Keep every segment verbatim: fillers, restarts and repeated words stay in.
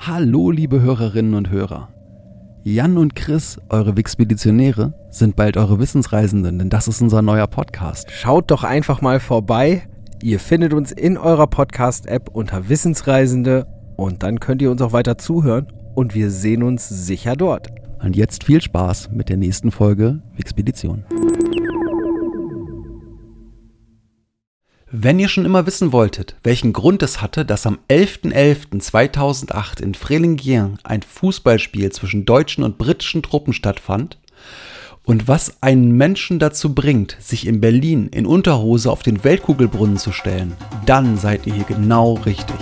Hallo liebe Hörerinnen und Hörer. Jan und Chris, eure Wixpeditionäre, sind bald eure Wissensreisenden, denn das ist unser neuer Podcast. Schaut doch einfach mal vorbei. Ihr findet uns in eurer Podcast-App unter Wissensreisende und dann könnt ihr uns auch weiter zuhören und wir sehen uns sicher dort. Und jetzt viel Spaß mit der nächsten Folge Wixpedition. Wenn ihr schon immer wissen wolltet, welchen Grund es hatte, dass am elfter elfter zweitausendacht in Frélinghuén ein Fußballspiel zwischen deutschen und britischen Truppen stattfand und was einen Menschen dazu bringt, sich in Berlin in Unterhose auf den Weltkugelbrunnen zu stellen, dann seid ihr hier genau richtig.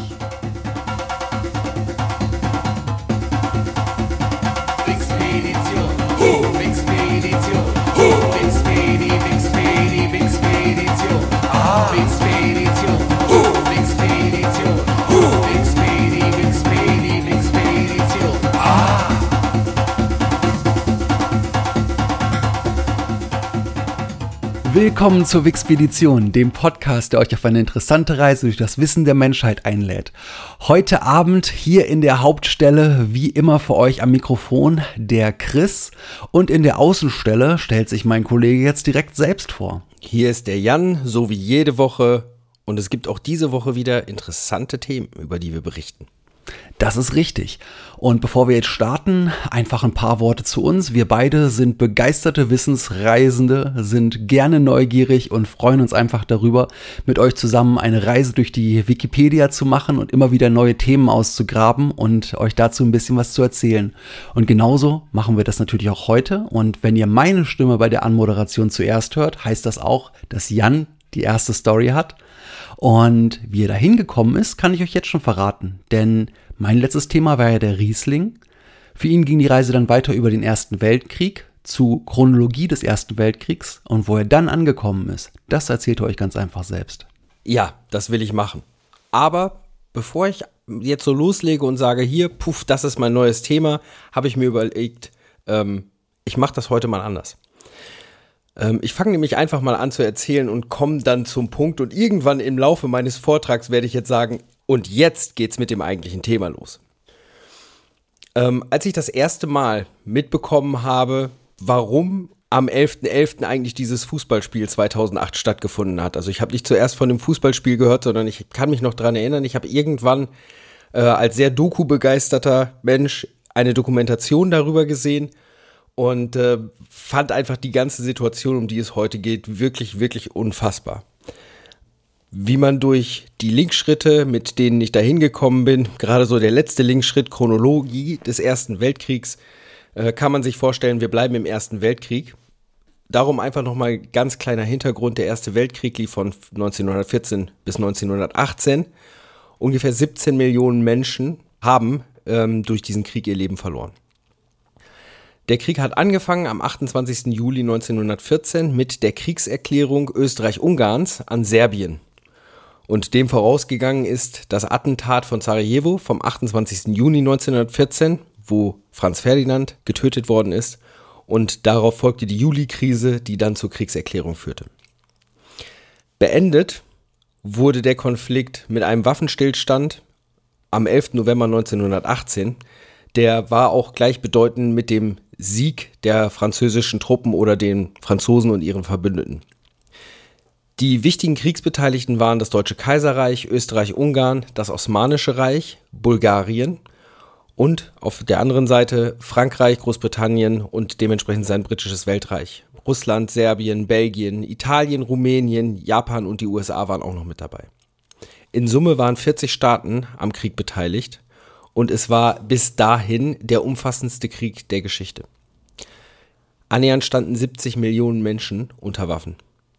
Willkommen zur Wixpedition, dem Podcast, der euch auf eine interessante Reise durch das Wissen der Menschheit einlädt. Heute Abend hier in der Hauptstelle, wie immer für euch am Mikrofon, der Chris. Und in der Außenstelle stellt sich mein Kollege jetzt direkt selbst vor. Hier ist der Jan, so wie jede Woche. Und es gibt auch diese Woche wieder interessante Themen, über die wir berichten. Das ist richtig. Und bevor wir jetzt starten, einfach ein paar Worte zu uns. Wir beide sind begeisterte Wissensreisende, sind gerne neugierig und freuen uns einfach darüber, mit euch zusammen eine Reise durch die Wikipedia zu machen und immer wieder neue Themen auszugraben und euch dazu ein bisschen was zu erzählen. Und genauso machen wir das natürlich auch heute. Und wenn ihr meine Stimme bei der Anmoderation zuerst hört, heißt das auch, dass Jan die erste Story hat. Und wie er da hingekommen ist, kann ich euch jetzt schon verraten, denn mein letztes Thema war ja der Riesling. Für ihn ging die Reise dann weiter über den Ersten Weltkrieg zu Chronologie des Ersten Weltkriegs und wo er dann angekommen ist, das erzählt er euch ganz einfach selbst. Ja, das will ich machen. Aber bevor ich jetzt so loslege und sage, hier, puff, das ist mein neues Thema, habe ich mir überlegt, ähm, ich mache das heute mal anders. Ich fange nämlich einfach mal an zu erzählen und komme dann zum Punkt und irgendwann im Laufe meines Vortrags werde ich jetzt sagen, und jetzt geht's mit dem eigentlichen Thema los. Ähm, als ich das erste Mal mitbekommen habe, warum am elfter elfter eigentlich dieses Fußballspiel zweitausendacht stattgefunden hat, also ich habe nicht zuerst von dem Fußballspiel gehört, sondern ich kann mich noch daran erinnern, ich habe irgendwann äh, als sehr Doku-begeisterter Mensch eine Dokumentation darüber gesehen, und äh, fand einfach die ganze Situation, um die es heute geht, wirklich, wirklich unfassbar. Wie man durch die Linkschritte, mit denen ich da hingekommen bin, gerade so der letzte Linkschritt, Chronologie des Ersten Weltkriegs, äh, kann man sich vorstellen, wir bleiben im Ersten Weltkrieg. Darum einfach nochmal ganz kleiner Hintergrund, der Erste Weltkrieg lief von neunzehnhundertvierzehn bis neunzehnhundertachtzehn. Ungefähr siebzehn Millionen Menschen haben ähm, durch diesen Krieg ihr Leben verloren. Der Krieg hat angefangen am achtundzwanzigster Juli neunzehnhundertvierzehn mit der Kriegserklärung Österreich-Ungarns an Serbien. Und dem vorausgegangen ist das Attentat von Sarajevo vom achtundzwanzigster Juni neunzehnhundertvierzehn, wo Franz Ferdinand getötet worden ist. Und darauf folgte die Juli-Krise, die dann zur Kriegserklärung führte. Beendet wurde der Konflikt mit einem Waffenstillstand am elfter November neunzehnhundertachtzehn. Der war auch gleichbedeutend mit dem Sieg der französischen Truppen oder den Franzosen und ihren Verbündeten. Die wichtigen Kriegsbeteiligten waren das Deutsche Kaiserreich, Österreich-Ungarn, das Osmanische Reich, Bulgarien und auf der anderen Seite Frankreich, Großbritannien und dementsprechend sein britisches Weltreich. Russland, Serbien, Belgien, Italien, Rumänien, Japan und die U S A waren auch noch mit dabei. In Summe waren vierzig Staaten am Krieg beteiligt. Und es war bis dahin der umfassendste Krieg der Geschichte. Annähernd standen siebzig Millionen Menschen unter Waffen.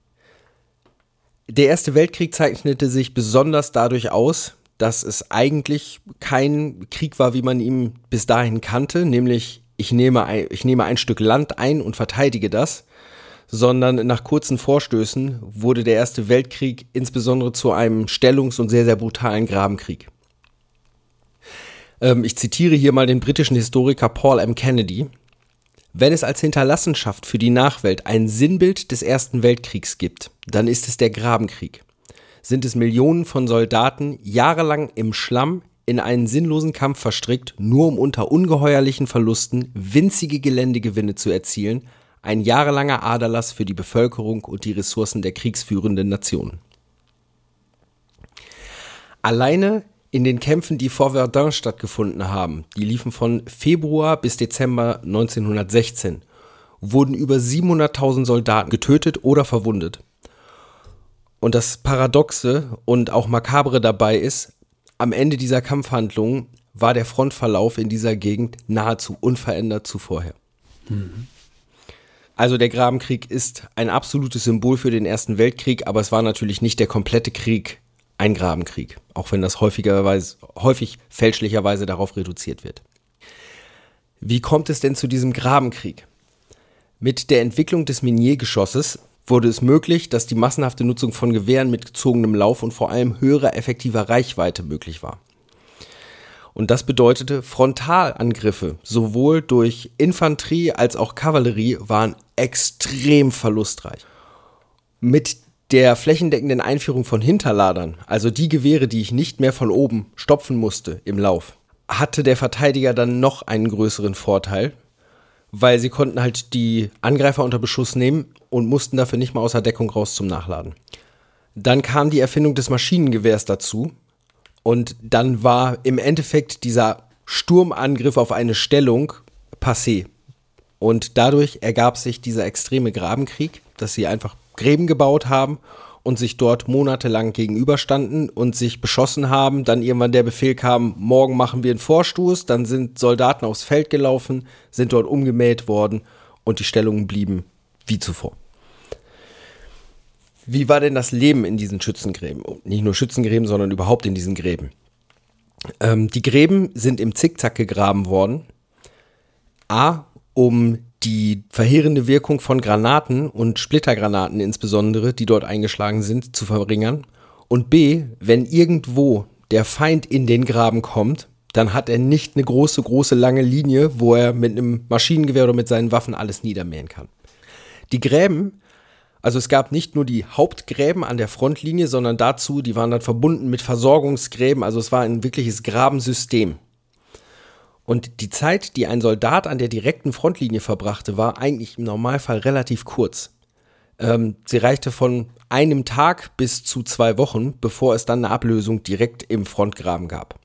Der Erste Weltkrieg zeichnete sich besonders dadurch aus, dass es eigentlich kein Krieg war, wie man ihn bis dahin kannte, nämlich ich nehme ein, ich nehme ein Stück Land ein und verteidige das, sondern nach kurzen Vorstößen wurde der Erste Weltkrieg insbesondere zu einem Stellungs- und sehr, sehr brutalen Grabenkrieg. Ich zitiere hier mal den britischen Historiker Paul M. Kennedy. Wenn es als Hinterlassenschaft für die Nachwelt ein Sinnbild des Ersten Weltkriegs gibt, dann ist es der Grabenkrieg. Sind es Millionen von Soldaten jahrelang im Schlamm, in einen sinnlosen Kampf verstrickt, nur um unter ungeheuerlichen Verlusten winzige Geländegewinne zu erzielen, ein jahrelanger Aderlass für die Bevölkerung und die Ressourcen der kriegsführenden Nationen. Alleine in den Kämpfen, die vor Verdun stattgefunden haben, die liefen von Februar bis Dezember neunzehnhundertsechzehn, wurden über siebenhunderttausend Soldaten getötet oder verwundet. Und das Paradoxe und auch Makabre dabei ist, am Ende dieser Kampfhandlungen war der Frontverlauf in dieser Gegend nahezu unverändert zu vorher. Mhm. Also der Grabenkrieg ist ein absolutes Symbol für den Ersten Weltkrieg, aber es war natürlich nicht der komplette Krieg ein Grabenkrieg, auch wenn das häufigerweise, häufig fälschlicherweise darauf reduziert wird. Wie kommt es denn zu diesem Grabenkrieg? Mit der Entwicklung des Miniergeschosses wurde es möglich, dass die massenhafte Nutzung von Gewehren mit gezogenem Lauf und vor allem höherer effektiver Reichweite möglich war. Und das bedeutete, Frontalangriffe sowohl durch Infanterie als auch Kavallerie waren extrem verlustreich. Mit der flächendeckenden Einführung von Hinterladern, also die Gewehre, die ich nicht mehr von oben stopfen musste im Lauf, hatte der Verteidiger dann noch einen größeren Vorteil, weil sie konnten halt die Angreifer unter Beschuss nehmen und mussten dafür nicht mal aus der Deckung raus zum Nachladen. Dann kam die Erfindung des Maschinengewehrs dazu und dann war im Endeffekt dieser Sturmangriff auf eine Stellung passé. Und dadurch ergab sich dieser extreme Grabenkrieg, dass sie einfach Gräben gebaut haben und sich dort monatelang gegenüberstanden und sich beschossen haben. Dann irgendwann der Befehl kam, morgen machen wir einen Vorstoß. Dann sind Soldaten aufs Feld gelaufen, sind dort umgemäht worden und die Stellungen blieben wie zuvor. Wie war denn das Leben in diesen Schützengräben? Nicht nur Schützengräben, sondern überhaupt in diesen Gräben. Ähm, die Gräben sind im Zickzack gegraben worden. A, um die verheerende Wirkung von Granaten und Splittergranaten insbesondere, die dort eingeschlagen sind, zu verringern. Und B, wenn irgendwo der Feind in den Graben kommt, dann hat er nicht eine große, große, lange Linie, wo er mit einem Maschinengewehr oder mit seinen Waffen alles niedermähen kann. Die Gräben, also es gab nicht nur die Hauptgräben an der Frontlinie, sondern dazu, die waren dann verbunden mit Versorgungsgräben, also es war ein wirkliches Grabensystem. Und die Zeit, die ein Soldat an der direkten Frontlinie verbrachte, war eigentlich im Normalfall relativ kurz. Ähm, sie reichte von einem Tag bis zu zwei Wochen, bevor es dann eine Ablösung direkt im Frontgraben gab.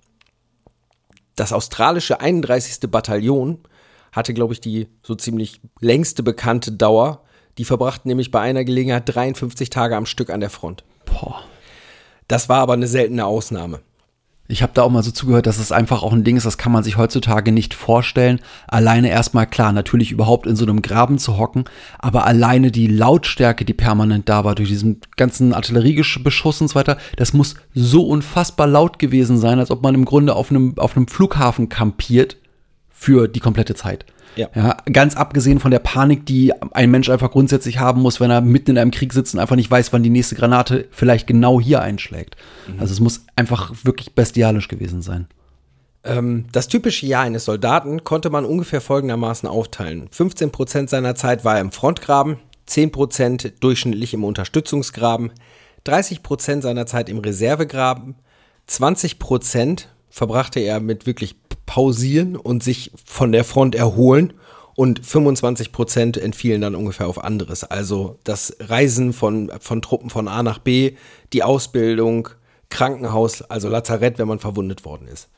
Das australische einunddreißigste Bataillon hatte, glaube ich, die so ziemlich längste bekannte Dauer. Die verbrachten nämlich bei einer Gelegenheit dreiundfünfzig Tage am Stück an der Front. Boah. Das war aber eine seltene Ausnahme. Ich habe da auch mal so zugehört, dass es einfach auch ein Ding ist, das kann man sich heutzutage nicht vorstellen. Alleine erstmal, klar, natürlich überhaupt in so einem Graben zu hocken, aber alleine die Lautstärke, die permanent da war, durch diesen ganzen Artilleriebeschuss und so weiter, das muss so unfassbar laut gewesen sein, als ob man im Grunde auf einem, auf einem Flughafen kampiert für die komplette Zeit. Ja. Ja, ganz abgesehen von der Panik, die ein Mensch einfach grundsätzlich haben muss, wenn er mitten in einem Krieg sitzt und einfach nicht weiß, wann die nächste Granate vielleicht genau hier einschlägt. Mhm. Also es muss einfach wirklich bestialisch gewesen sein. Ähm, das typische Jahr eines Soldaten konnte man ungefähr folgendermaßen aufteilen. fünfzehn Prozent seiner Zeit war er im Frontgraben, zehn Prozent durchschnittlich im Unterstützungsgraben, dreißig Prozent seiner Zeit im Reservegraben, zwanzig Prozent verbrachte er mit wirklich pausieren und sich von der Front erholen und fünfundzwanzig Prozent entfielen dann ungefähr auf anderes. Also das Reisen von, von Truppen von A nach B, die Ausbildung, Krankenhaus, also Lazarett, wenn man verwundet worden ist.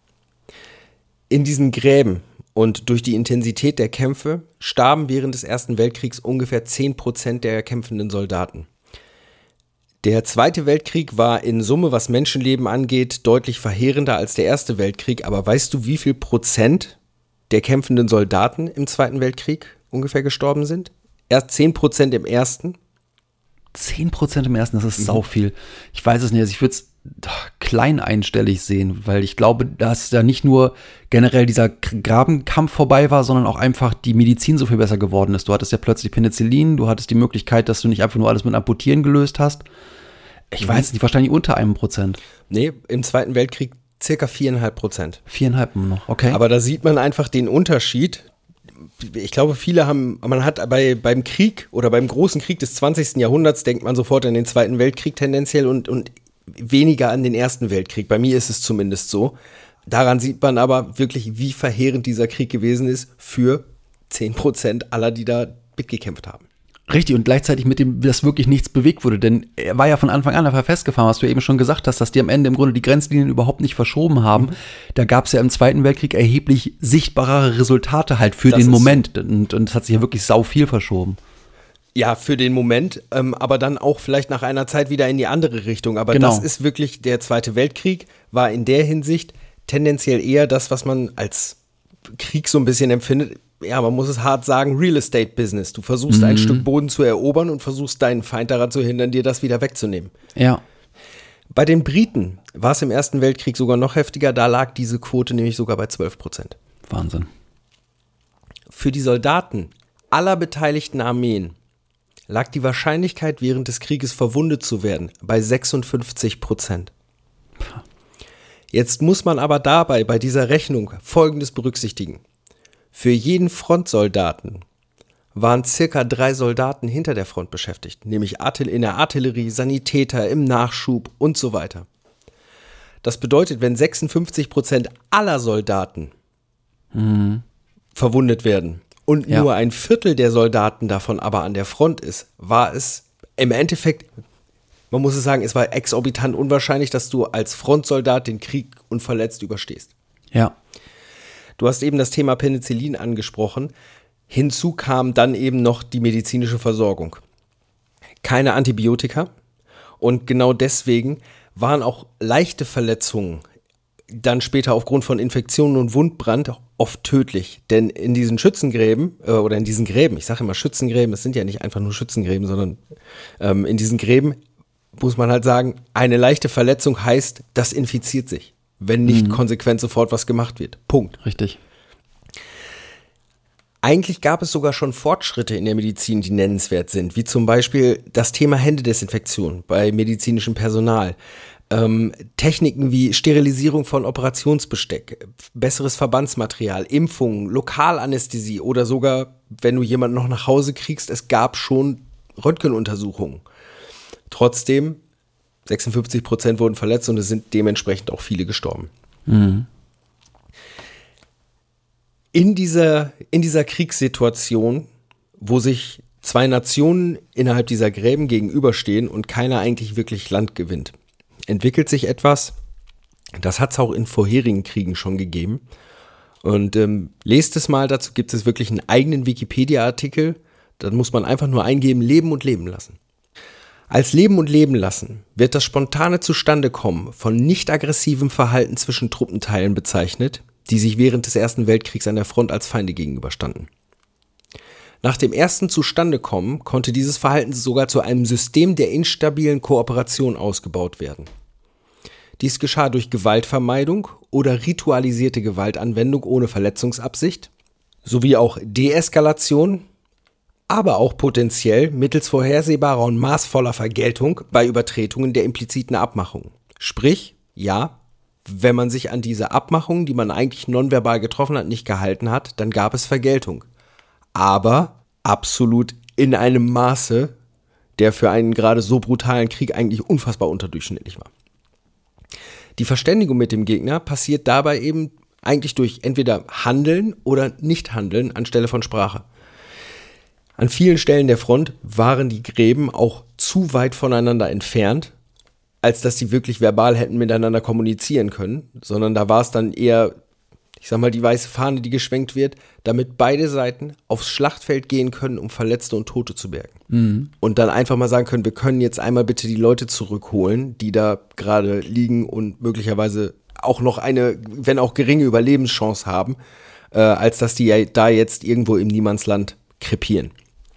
In diesen Gräben und durch die Intensität der Kämpfe starben während des Ersten Weltkriegs ungefähr zehn Prozent der kämpfenden Soldaten. Der Zweite Weltkrieg war in Summe, was Menschenleben angeht, deutlich verheerender als der Erste Weltkrieg. Aber weißt du, wie viel Prozent der kämpfenden Soldaten im Zweiten Weltkrieg ungefähr gestorben sind? Erst zehn Prozent im Ersten. zehn Prozent im Ersten, das ist mhm. sau viel. Ich weiß es nicht, also ich würde es klein einstellig sehen, weil ich glaube, dass da nicht nur generell dieser Grabenkampf vorbei war, sondern auch einfach die Medizin so viel besser geworden ist. Du hattest ja plötzlich Penicillin, du hattest die Möglichkeit, dass du nicht einfach nur alles mit Amputieren gelöst hast. Ich mhm. weiß nicht, wahrscheinlich unter einem Prozent. Nee, im Zweiten Weltkrieg circa viereinhalb Prozent. Viereinhalb noch, okay. Aber da sieht man einfach den Unterschied. Ich glaube, viele haben, man hat bei, beim Krieg oder beim großen Krieg des zwanzigsten Jahrhunderts denkt man sofort an den Zweiten Weltkrieg tendenziell und, und weniger an den Ersten Weltkrieg. Bei mir ist es zumindest so. Daran sieht man aber wirklich, wie verheerend dieser Krieg gewesen ist für zehn Prozent aller, die da mitgekämpft haben. Richtig, und gleichzeitig mit dem, dass wirklich nichts bewegt wurde, denn er war ja von Anfang an einfach festgefahren, was du eben schon gesagt hast, dass die am Ende im Grunde die Grenzlinien überhaupt nicht verschoben haben. Mhm. Da gab es ja im Zweiten Weltkrieg erheblich sichtbarere Resultate halt für das den Moment und, und es hat sich ja wirklich sau viel verschoben. Ja, für den Moment, ähm, aber dann auch vielleicht nach einer Zeit wieder in die andere Richtung. Aber genau. Das ist wirklich, der Zweite Weltkrieg war in der Hinsicht tendenziell eher das, was man als Krieg so ein bisschen empfindet. Ja, man muss es hart sagen, Real Estate Business. Du versuchst mhm. ein Stück Boden zu erobern und versuchst deinen Feind daran zu hindern, dir das wieder wegzunehmen. Ja. Bei den Briten war es im Ersten Weltkrieg sogar noch heftiger. Da lag diese Quote nämlich sogar bei zwölf Prozent. Wahnsinn. Für die Soldaten aller beteiligten Armeen lag die Wahrscheinlichkeit, während des Krieges verwundet zu werden, bei sechsundfünfzig Prozent. Jetzt muss man aber dabei bei dieser Rechnung Folgendes berücksichtigen. Für jeden Frontsoldaten waren circa drei Soldaten hinter der Front beschäftigt, nämlich in der Artillerie, Sanitäter, im Nachschub und so weiter. Das bedeutet, wenn sechsundfünfzig Prozent aller Soldaten mhm. verwundet werden und ja. nur ein Viertel der Soldaten davon aber an der Front ist, war es im Endeffekt, man muss es sagen, es war exorbitant unwahrscheinlich, dass du als Frontsoldat den Krieg unverletzt überstehst. Ja. Du hast eben das Thema Penicillin angesprochen. Hinzu kam dann eben noch die medizinische Versorgung. Keine Antibiotika und genau deswegen waren auch leichte Verletzungen dann später aufgrund von Infektionen und Wundbrand oft tödlich. Denn in diesen Schützengräben äh, oder in diesen Gräben, ich sage immer Schützengräben, es sind ja nicht einfach nur Schützengräben, sondern ähm, in diesen Gräben muss man halt sagen, eine leichte Verletzung heißt, das infiziert sich. Wenn nicht mhm. konsequent sofort was gemacht wird. Punkt. Richtig. Eigentlich gab es sogar schon Fortschritte in der Medizin, die nennenswert sind, wie zum Beispiel das Thema Händedesinfektion bei medizinischem Personal, ähm, Techniken wie Sterilisierung von Operationsbesteck, besseres Verbandsmaterial, Impfungen, Lokalanästhesie oder sogar, wenn du jemanden noch nach Hause kriegst, es gab schon Röntgenuntersuchungen. Trotzdem sechsundfünfzig Prozent wurden verletzt und es sind dementsprechend auch viele gestorben. Mhm. In dieser, in dieser Kriegssituation, wo sich zwei Nationen innerhalb dieser Gräben gegenüberstehen und keiner eigentlich wirklich Land gewinnt, entwickelt sich etwas, das hat es auch in vorherigen Kriegen schon gegeben. Und ähm, lest es mal, dazu gibt es wirklich einen eigenen Wikipedia-Artikel, da muss man einfach nur eingeben, Leben und Leben lassen. Als Leben und Leben lassen wird das spontane Zustandekommen von nicht aggressivem Verhalten zwischen Truppenteilen bezeichnet, die sich während des Ersten Weltkriegs an der Front als Feinde gegenüberstanden. Nach dem ersten Zustandekommen konnte dieses Verhalten sogar zu einem System der instabilen Kooperation ausgebaut werden. Dies geschah durch Gewaltvermeidung oder ritualisierte Gewaltanwendung ohne Verletzungsabsicht, sowie auch Deeskalation, aber auch potenziell mittels vorhersehbarer und maßvoller Vergeltung bei Übertretungen der impliziten Abmachung. Sprich, ja, wenn man sich an diese Abmachung, die man eigentlich nonverbal getroffen hat, nicht gehalten hat, dann gab es Vergeltung. Aber absolut in einem Maße, der für einen gerade so brutalen Krieg eigentlich unfassbar unterdurchschnittlich war. Die Verständigung mit dem Gegner passiert dabei eben eigentlich durch entweder Handeln oder Nicht-Handeln anstelle von Sprache. An vielen Stellen der Front waren die Gräben auch zu weit voneinander entfernt, als dass sie wirklich verbal hätten miteinander kommunizieren können, sondern da war es dann eher, ich sag mal, die weiße Fahne, die geschwenkt wird, damit beide Seiten aufs Schlachtfeld gehen können, um Verletzte und Tote zu bergen. Mhm. Und dann einfach mal sagen können, wir können jetzt einmal bitte die Leute zurückholen, die da gerade liegen und möglicherweise auch noch eine, wenn auch geringe Überlebenschance haben, äh, als dass die ja da jetzt irgendwo im Niemandsland krepieren.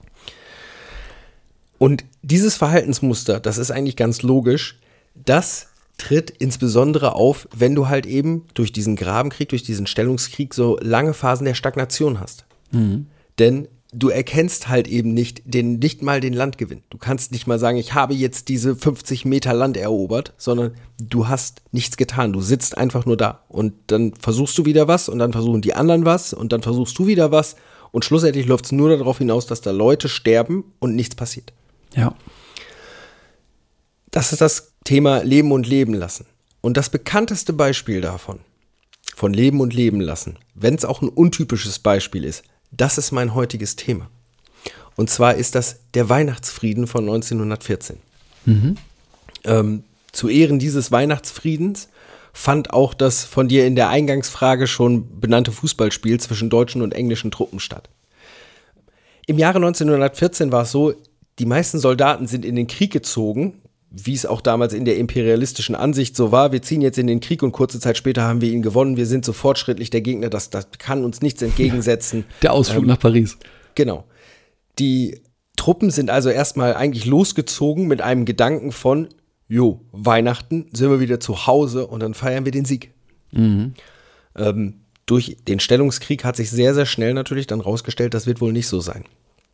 Und dieses Verhaltensmuster, das ist eigentlich ganz logisch, das tritt insbesondere auf, wenn du halt eben durch diesen Grabenkrieg, durch diesen Stellungskrieg so lange Phasen der Stagnation hast. Mhm. Denn du erkennst halt eben nicht, den, nicht mal den Landgewinn. Du kannst nicht mal sagen, ich habe jetzt diese fünfzig Meter Land erobert, sondern du hast nichts getan. Du sitzt einfach nur da und dann versuchst du wieder was und dann versuchen die anderen was und dann versuchst du wieder was und schlussendlich läuft es nur darauf hinaus, dass da Leute sterben und nichts passiert. Ja. Das ist das Thema Leben und Leben lassen. Und das bekannteste Beispiel davon, von Leben und Leben lassen, wenn es auch ein untypisches Beispiel ist, das ist mein heutiges Thema. Und zwar ist das der Weihnachtsfrieden von neunzehnhundertvierzehn. Mhm. Ähm, zu Ehren dieses Weihnachtsfriedens fand auch das von dir in der Eingangsfrage schon benannte Fußballspiel zwischen deutschen und englischen Truppen statt. Im Jahre neunzehnhundertvierzehn war es so, die meisten Soldaten sind in den Krieg gezogen, wie es auch damals in der imperialistischen Ansicht so war. Wir ziehen jetzt in den Krieg und kurze Zeit später haben wir ihn gewonnen. Wir sind so fortschrittlich, der Gegner, das, das kann uns nichts entgegensetzen. Der Ausflug ähm, nach Paris. Genau. Die Truppen sind also erstmal eigentlich losgezogen mit einem Gedanken von, jo, Weihnachten sind wir wieder zu Hause und dann feiern wir den Sieg. Mhm. Ähm, durch den Stellungskrieg hat sich sehr, sehr schnell natürlich dann rausgestellt, das wird wohl nicht so sein.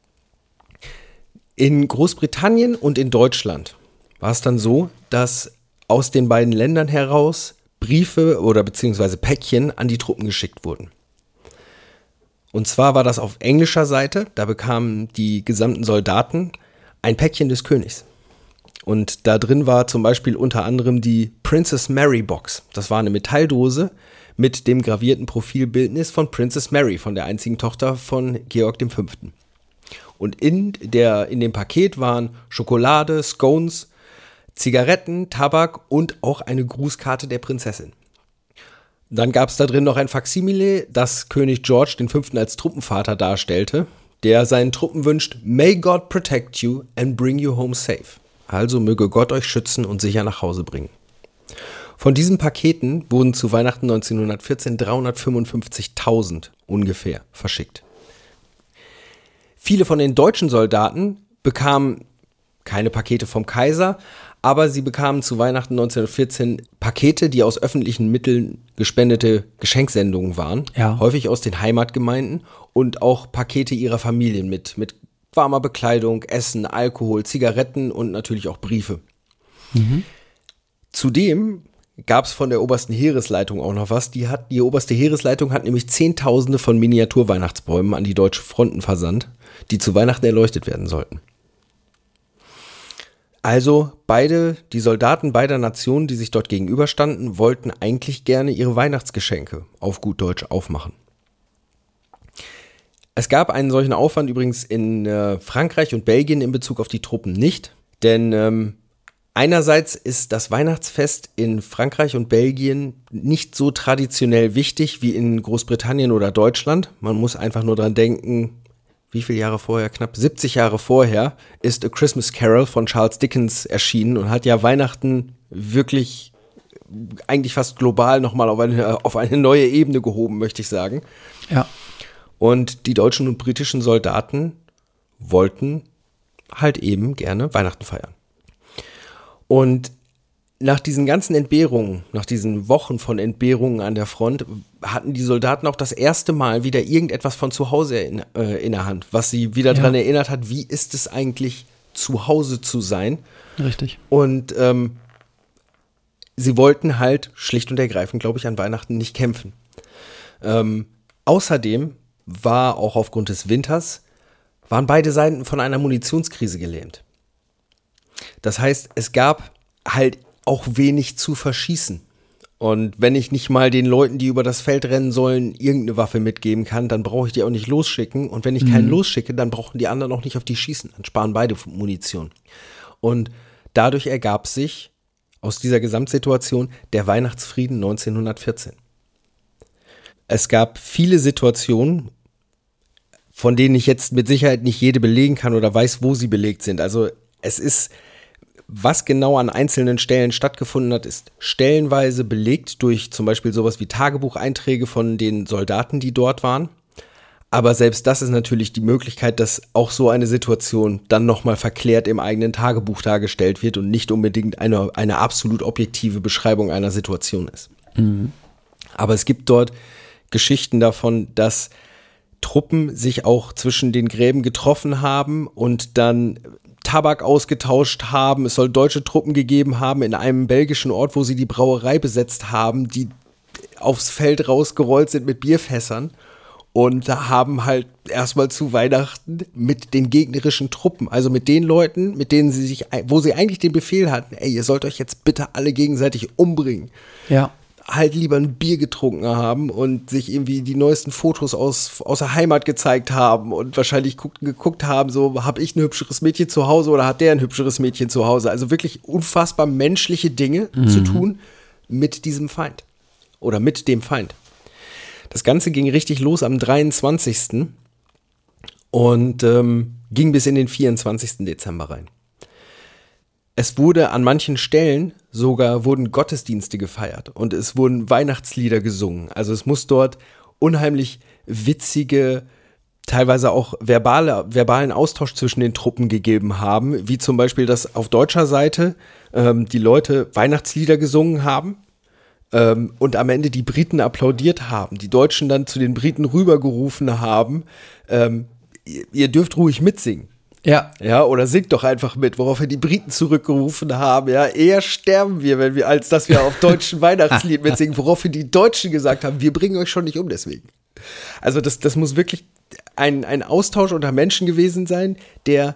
In Großbritannien und in Deutschland war es dann so, dass aus den beiden Ländern heraus Briefe oder beziehungsweise Päckchen an die Truppen geschickt wurden. Und zwar war das auf englischer Seite, da bekamen die gesamten Soldaten ein Päckchen des Königs. Und da drin war zum Beispiel unter anderem die Princess Mary Box. Das war eine Metalldose mit dem gravierten Profilbildnis von Princess Mary, von der einzigen Tochter von Georg der Fünfte. Und in, der, in dem Paket waren Schokolade, Scones, Zigaretten, Tabak und auch eine Grußkarte der Prinzessin. Dann gab es da drin noch ein Faksimile, das König George den Fünften als Truppenvater darstellte, der seinen Truppen wünscht, May God protect you and bring you home safe. Also möge Gott euch schützen und sicher nach Hause bringen. Von diesen Paketen wurden zu Weihnachten neunzehnhundertvierzehn dreihundertfünfundfünfzigtausend ungefähr verschickt. Viele von den deutschen Soldaten bekamen keine Pakete vom Kaiser, aber sie bekamen zu Weihnachten neunzehnhundertvierzehn Pakete, die aus öffentlichen Mitteln gespendete Geschenksendungen waren, ja. Häufig aus den Heimatgemeinden und auch Pakete ihrer Familien mit, mit warmer Bekleidung, Essen, Alkohol, Zigaretten und natürlich auch Briefe. Mhm. Zudem gab es von der obersten Heeresleitung auch noch was. Die, hat, die oberste Heeresleitung hat nämlich Zehntausende von Miniatur-Weihnachtsbäumen an die deutschen Fronten versandt, die zu Weihnachten erleuchtet werden sollten. Also beide, die Soldaten beider Nationen, die sich dort gegenüberstanden, wollten eigentlich gerne ihre Weihnachtsgeschenke auf gut Deutsch aufmachen. Es gab einen solchen Aufwand übrigens in äh, Frankreich und Belgien in Bezug auf die Truppen nicht, denn ähm, einerseits ist das Weihnachtsfest in Frankreich und Belgien nicht so traditionell wichtig wie in Großbritannien oder Deutschland. Man muss einfach nur dran denken, wie viele Jahre vorher, knapp siebzig Jahre vorher, ist A Christmas Carol von Charles Dickens erschienen und hat ja Weihnachten wirklich eigentlich fast global nochmal auf eine, auf eine neue Ebene gehoben, möchte ich sagen. Ja. Und die deutschen und britischen Soldaten wollten halt eben gerne Weihnachten feiern. Und nach diesen ganzen Entbehrungen, nach diesen Wochen von Entbehrungen an der Front, hatten die Soldaten auch das erste Mal wieder irgendetwas von zu Hause in, äh, in der Hand, was sie wieder ja. daran erinnert hat, wie ist es eigentlich, zu Hause zu sein. Richtig. Und ähm, sie wollten halt schlicht und ergreifend, glaube ich, an Weihnachten nicht kämpfen. Ähm, außerdem war auch aufgrund des Winters, waren beide Seiten von einer Munitionskrise gelähmt. Das heißt, es gab halt auch wenig zu verschießen. Und wenn ich nicht mal den Leuten, die über das Feld rennen sollen, irgendeine Waffe mitgeben kann, dann brauche ich die auch nicht losschicken. Und wenn ich keinen mhm. losschicke, dann brauchen die anderen auch nicht auf die schießen. Dann sparen beide Munition. Und dadurch ergab sich aus dieser Gesamtsituation der Weihnachtsfrieden neunzehnhundertvierzehn. Es gab viele Situationen, von denen ich jetzt mit Sicherheit nicht jede belegen kann oder weiß, wo sie belegt sind. Also es ist, was genau an einzelnen Stellen stattgefunden hat, ist stellenweise belegt durch zum Beispiel sowas wie Tagebucheinträge von den Soldaten, die dort waren. Aber selbst das ist natürlich die Möglichkeit, dass auch so eine Situation dann nochmal verklärt im eigenen Tagebuch dargestellt wird und nicht unbedingt eine, eine absolut objektive Beschreibung einer Situation ist. Mhm. Aber es gibt dort Geschichten davon, dass Truppen sich auch zwischen den Gräben getroffen haben und dann Tabak ausgetauscht haben. Es soll deutsche Truppen gegeben haben in einem belgischen Ort, wo sie die Brauerei besetzt haben, die aufs Feld rausgerollt sind mit Bierfässern und haben halt erstmal zu Weihnachten mit den gegnerischen Truppen, also mit den Leuten, mit denen sie sich, wo sie eigentlich den Befehl hatten, ey, ihr sollt euch jetzt bitte alle gegenseitig umbringen. Ja. Halt lieber ein Bier getrunken haben und sich irgendwie die neuesten Fotos aus, aus der Heimat gezeigt haben und wahrscheinlich guckt, geguckt haben, so, hab ich ein hübscheres Mädchen zu Hause oder hat der ein hübscheres Mädchen zu Hause? Also wirklich unfassbar menschliche Dinge mhm. zu tun mit diesem Feind oder mit dem Feind. Das Ganze ging richtig los am dreiundzwanzigsten und ähm, ging bis in den vierundzwanzigsten Dezember rein. Es wurde an manchen Stellen sogar wurden Gottesdienste gefeiert und es wurden Weihnachtslieder gesungen. Also es muss dort unheimlich witzige, teilweise auch verbale, verbalen Austausch zwischen den Truppen gegeben haben, wie zum Beispiel, dass auf deutscher Seite ähm, die Leute Weihnachtslieder gesungen haben ähm, und am Ende die Briten applaudiert haben. Die Deutschen dann zu den Briten rübergerufen haben, ähm, ihr, ihr dürft ruhig mitsingen. Ja. Ja, oder singt doch einfach mit, woraufhin die Briten zurückgerufen haben, ja, eher sterben wir, wenn wir, als dass wir auf deutschen Weihnachtslied mitsingen, woraufhin die Deutschen gesagt haben, wir bringen euch schon nicht um deswegen. Also das, das muss wirklich ein, ein Austausch unter Menschen gewesen sein, der,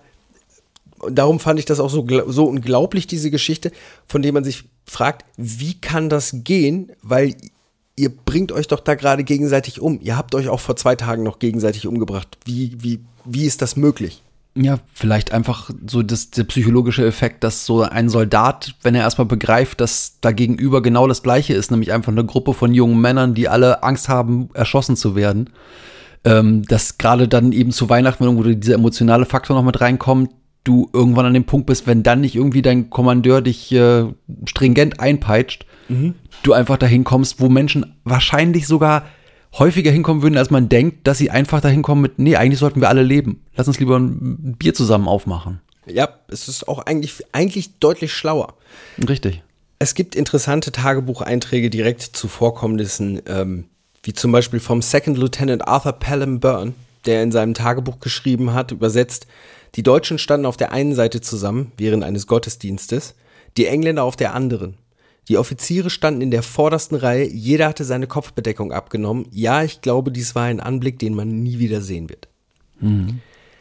darum fand ich das auch so, so unglaublich, diese Geschichte, von dem man sich fragt, wie kann das gehen, weil ihr bringt euch doch da gerade gegenseitig um, ihr habt euch auch vor zwei Tagen noch gegenseitig umgebracht, wie, wie, wie ist das möglich? Ja, vielleicht einfach so das, der psychologische Effekt, dass so ein Soldat, wenn er erstmal begreift, dass da gegenüber genau das Gleiche ist, nämlich einfach eine Gruppe von jungen Männern, die alle Angst haben, erschossen zu werden, ähm, dass gerade dann eben zu Weihnachten, wenn irgendwo dieser emotionale Faktor noch mit reinkommt, du irgendwann an dem Punkt bist, wenn dann nicht irgendwie dein Kommandeur dich äh, stringent einpeitscht, mhm. du einfach dahin kommst, wo Menschen wahrscheinlich sogar häufiger hinkommen würden, als man denkt, dass sie einfach dahin kommen mit, nee, eigentlich sollten wir alle leben. Lass uns lieber ein Bier zusammen aufmachen. Ja, es ist auch eigentlich, eigentlich deutlich schlauer. Richtig. Es gibt interessante Tagebucheinträge direkt zu Vorkommnissen, ähm, wie zum Beispiel vom Second Lieutenant Arthur Pelham Byrne, der in seinem Tagebuch geschrieben hat, übersetzt, die Deutschen standen auf der einen Seite zusammen, während eines Gottesdienstes, die Engländer auf der anderen. Die Offiziere standen in der vordersten Reihe, jeder hatte seine Kopfbedeckung abgenommen. Ja, ich glaube, dies war ein Anblick, den man nie wieder sehen wird. Mhm.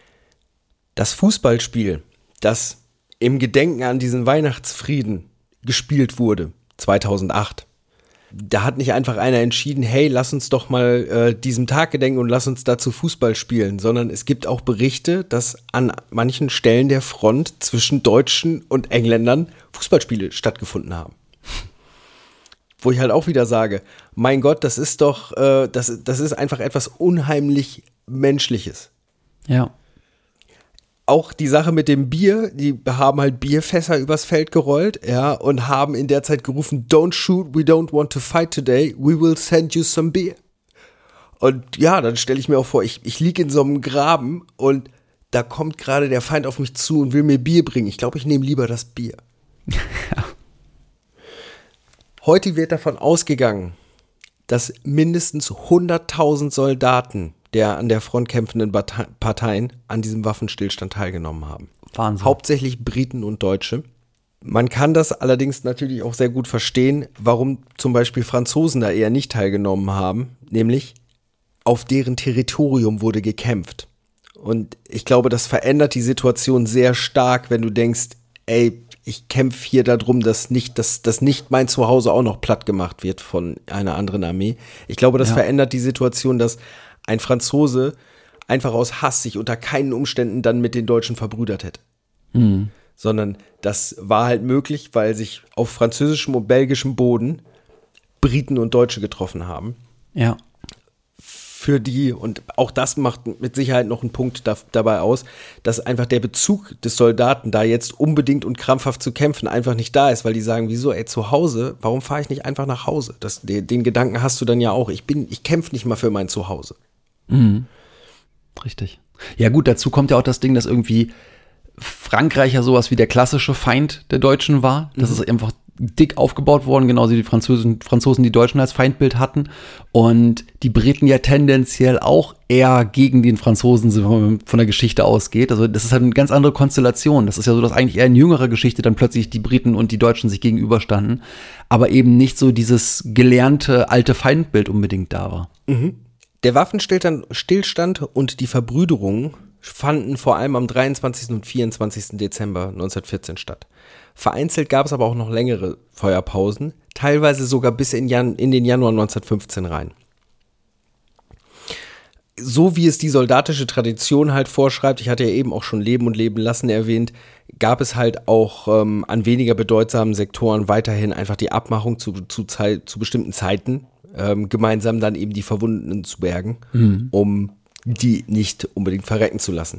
Das Fußballspiel, das im Gedenken an diesen Weihnachtsfrieden gespielt wurde, zweitausendacht, da hat nicht einfach einer entschieden, hey, lass uns doch mal äh, diesem Tag gedenken und lass uns dazu Fußball spielen, sondern es gibt auch Berichte, dass an manchen Stellen der Front zwischen Deutschen und Engländern Fußballspiele stattgefunden haben. Wo ich halt auch wieder sage, mein Gott, das ist doch, äh, das, das ist einfach etwas unheimlich Menschliches. Ja. Auch die Sache mit dem Bier, die haben halt Bierfässer übers Feld gerollt, ja, und haben in der Zeit gerufen, don't shoot, we don't want to fight today, we will send you some beer. Und ja, dann stelle ich mir auch vor, ich, ich liege in so einem Graben und da kommt gerade der Feind auf mich zu und will mir Bier bringen. Ich glaube, ich nehme lieber das Bier. Ja. Heute wird davon ausgegangen, dass mindestens hunderttausend Soldaten der an der Front kämpfenden Parteien an diesem Waffenstillstand teilgenommen haben. Wahnsinn. Hauptsächlich Briten und Deutsche. Man kann das allerdings natürlich auch sehr gut verstehen, warum zum Beispiel Franzosen da eher nicht teilgenommen haben, nämlich auf deren Territorium wurde gekämpft. Und ich glaube, das verändert die Situation sehr stark, wenn du denkst, ey, ich kämpfe hier darum, dass nicht, dass, dass nicht mein Zuhause auch noch platt gemacht wird von einer anderen Armee. Ich glaube, das ja. verändert die Situation, dass ein Franzose einfach aus Hass sich unter keinen Umständen dann mit den Deutschen verbrüdert hätte. Mhm. Sondern das war halt möglich, weil sich auf französischem und belgischem Boden Briten und Deutsche getroffen haben. Ja. Für die, und auch das macht mit Sicherheit noch einen Punkt da, dabei aus, dass einfach der Bezug des Soldaten da jetzt unbedingt und krampfhaft zu kämpfen einfach nicht da ist, weil die sagen, wieso, ey, zu Hause, warum fahre ich nicht einfach nach Hause? Das, den, den Gedanken hast du dann ja auch, ich bin, ich kämpfe nicht mal für mein Zuhause. Mhm. Richtig. Ja gut, dazu kommt ja auch das Ding, dass irgendwie Frankreich ja sowas wie der klassische Feind der Deutschen war. Das mhm. ist einfach dick aufgebaut worden, genauso wie die Franzosen, Franzosen die Deutschen als Feindbild hatten. Und die Briten ja tendenziell auch eher gegen den Franzosen von der Geschichte ausgeht. Also das ist halt eine ganz andere Konstellation. Das ist ja so, dass eigentlich eher in jüngerer Geschichte dann plötzlich die Briten und die Deutschen sich gegenüberstanden. Aber eben nicht so dieses gelernte alte Feindbild unbedingt da war. Mhm. Der Waffenstillstand und die Verbrüderung fanden vor allem am dreiundzwanzigsten und vierundzwanzigsten Dezember neunzehnhundertvierzehn statt. Vereinzelt gab es aber auch noch längere Feuerpausen, teilweise sogar bis in, Jan- in den Januar neunzehnhundertfünfzehn rein. So wie es die soldatische Tradition halt vorschreibt, ich hatte ja eben auch schon Leben und Leben lassen erwähnt, gab es halt auch ähm, an weniger bedeutsamen Sektoren weiterhin einfach die Abmachung zu, zu, Zeit, zu bestimmten Zeiten, ähm, gemeinsam dann eben die Verwundeten zu bergen, mhm. um die nicht unbedingt verrecken zu lassen.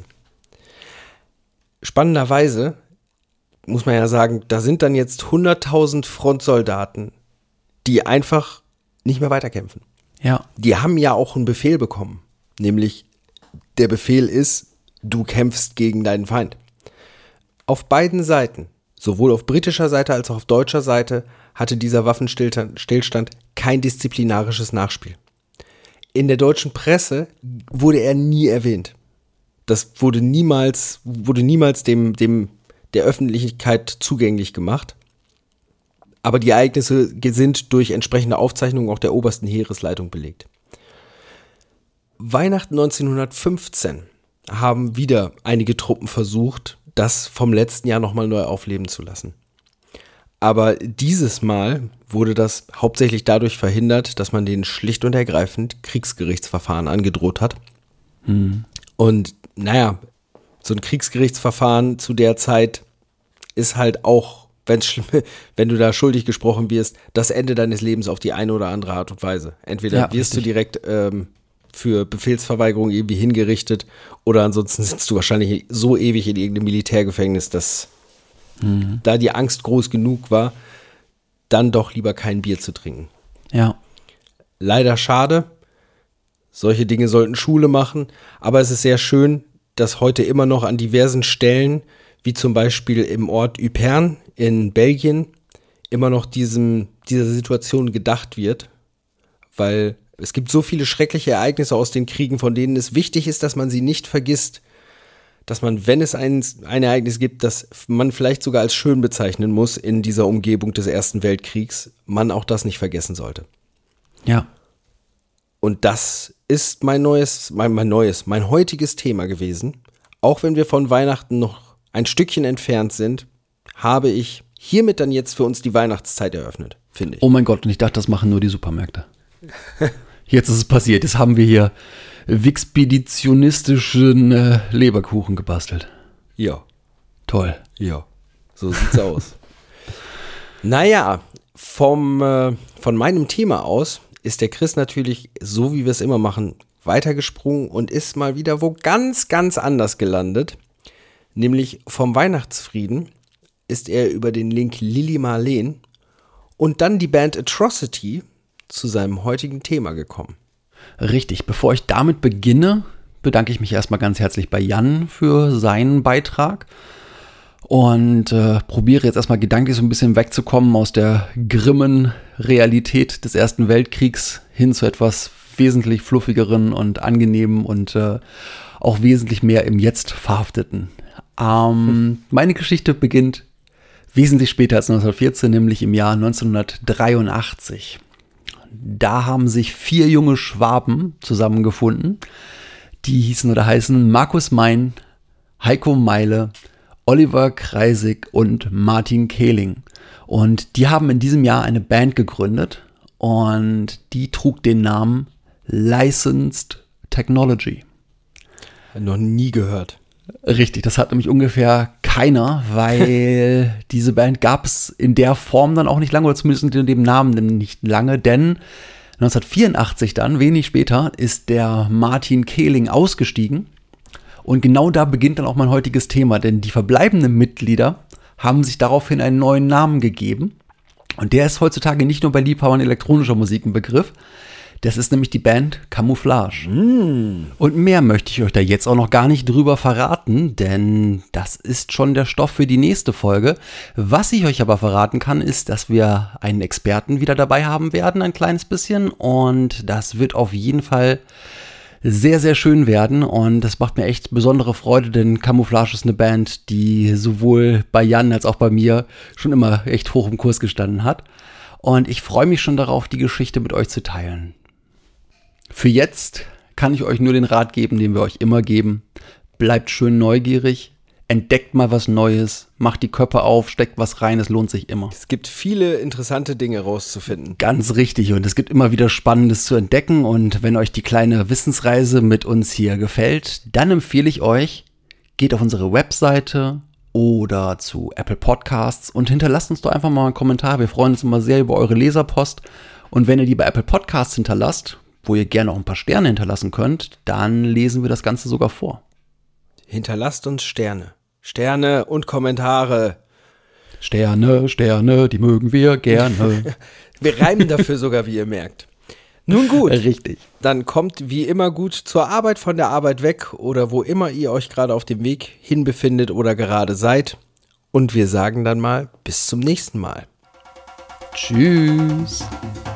Spannenderweise muss man ja sagen, da sind dann jetzt hunderttausend Frontsoldaten, die einfach nicht mehr weiterkämpfen. Ja. Die haben ja auch einen Befehl bekommen, nämlich der Befehl ist, du kämpfst gegen deinen Feind. Auf beiden Seiten, sowohl auf britischer Seite als auch auf deutscher Seite, hatte dieser Waffenstillstand kein disziplinarisches Nachspiel. In der deutschen Presse wurde er nie erwähnt. Das wurde niemals, wurde niemals dem, dem, der Öffentlichkeit zugänglich gemacht. Aber die Ereignisse sind durch entsprechende Aufzeichnungen auch der obersten Heeresleitung belegt. Weihnachten neunzehnhundertfünfzehn haben wieder einige Truppen versucht, das vom letzten Jahr nochmal neu aufleben zu lassen. Aber dieses Mal wurde das hauptsächlich dadurch verhindert, dass man denen schlicht und ergreifend Kriegsgerichtsverfahren angedroht hat. Hm. Und naja, so ein Kriegsgerichtsverfahren zu der Zeit ist halt auch, wenn's schlimm, wenn du da schuldig gesprochen wirst, das Ende deines Lebens auf die eine oder andere Art und Weise. Entweder ja, wirst richtig. du direkt ähm, für Befehlsverweigerung irgendwie hingerichtet oder ansonsten sitzt du wahrscheinlich so ewig in irgendeinem Militärgefängnis, dass mhm. da die Angst groß genug war, dann doch lieber kein Bier zu trinken. Ja. Leider schade. Solche Dinge sollten Schule machen, aber es ist sehr schön, dass heute immer noch an diversen Stellen, wie zum Beispiel im Ort Ypern in Belgien, immer noch diesem, dieser Situation gedacht wird, weil es gibt so viele schreckliche Ereignisse aus den Kriegen, von denen es wichtig ist, dass man sie nicht vergisst, dass man, wenn es ein, ein Ereignis gibt, das man vielleicht sogar als schön bezeichnen muss in dieser Umgebung des Ersten Weltkriegs, man auch das nicht vergessen sollte. Ja. Und das ist mein neues, mein, mein neues, mein heutiges Thema gewesen. Auch wenn wir von Weihnachten noch ein Stückchen entfernt sind, habe ich hiermit dann jetzt für uns die Weihnachtszeit eröffnet, finde ich. Oh mein Gott, und ich dachte, das machen nur die Supermärkte. Jetzt ist es passiert. Jetzt haben wir hier wixpeditionistischen äh, Leberkuchen gebastelt. Ja. Toll. Ja, so sieht's aus. Naja, vom, äh, von meinem Thema aus ist der Chris natürlich, so wie wir es immer machen, weitergesprungen und ist mal wieder wo ganz, ganz anders gelandet. Nämlich vom Weihnachtsfrieden ist er über den Link Lili Marleen und dann die Band Atrocity zu seinem heutigen Thema gekommen. Richtig, bevor ich damit beginne, bedanke ich mich erstmal ganz herzlich bei Jan für seinen Beitrag und äh, probiere jetzt erstmal gedanklich so ein bisschen wegzukommen aus der grimmen Realität des Ersten Weltkriegs hin zu etwas wesentlich fluffigeren und angenehmen und äh, auch wesentlich mehr im Jetzt verhafteten. Ähm, hm. Meine Geschichte beginnt wesentlich später als neunzehnhundertvierzehn, nämlich im Jahr neunzehnhundertdreiundachtzig. Da haben sich vier junge Schwaben zusammengefunden. Die hießen oder heißen Markus Mein, Heiko Meile, Oliver Kreisig und Martin Kehling. Und die haben in diesem Jahr eine Band gegründet und die trug den Namen Licensed Technology. Noch nie gehört. Richtig, das hat nämlich ungefähr keiner, weil diese Band gab es in der Form dann auch nicht lange, oder zumindest unter dem Namen nicht lange, denn neunzehnhundertvierundachtzig dann, wenig später, ist der Martin Kehling ausgestiegen und genau da beginnt dann auch mein heutiges Thema, denn die verbleibenden Mitglieder haben sich daraufhin einen neuen Namen gegeben und der ist heutzutage nicht nur bei Liebhabern elektronischer Musik ein Begriff. Das ist nämlich die Band Camouflage. Mm. Und mehr möchte ich euch da jetzt auch noch gar nicht drüber verraten, denn das ist schon der Stoff für die nächste Folge. Was ich euch aber verraten kann, ist, dass wir einen Experten wieder dabei haben werden, ein kleines bisschen. Und das wird auf jeden Fall sehr, sehr schön werden. Und das macht mir echt besondere Freude, denn Camouflage ist eine Band, die sowohl bei Jan als auch bei mir schon immer echt hoch im Kurs gestanden hat. Und ich freue mich schon darauf, die Geschichte mit euch zu teilen. Für jetzt kann ich euch nur den Rat geben, den wir euch immer geben. Bleibt schön neugierig, entdeckt mal was Neues, macht die Köpfe auf, steckt was rein, es lohnt sich immer. Es gibt viele interessante Dinge rauszufinden. Ganz richtig, und es gibt immer wieder Spannendes zu entdecken, und wenn euch die kleine Wissensreise mit uns hier gefällt, dann empfehle ich euch, geht auf unsere Webseite oder zu Apple Podcasts und hinterlasst uns doch einfach mal einen Kommentar. Wir freuen uns immer sehr über eure Leserpost, und wenn ihr die bei Apple Podcasts hinterlasst, wo ihr gerne auch ein paar Sterne hinterlassen könnt, dann lesen wir das Ganze sogar vor. Hinterlasst uns Sterne. Sterne und Kommentare. Sterne, Sterne, die mögen wir gerne. Wir reimen dafür sogar, wie ihr merkt. Nun gut. Richtig. Dann kommt wie immer gut zur Arbeit, von der Arbeit weg oder wo immer ihr euch gerade auf dem Weg hin befindet oder gerade seid. Und wir sagen dann mal bis zum nächsten Mal. Tschüss.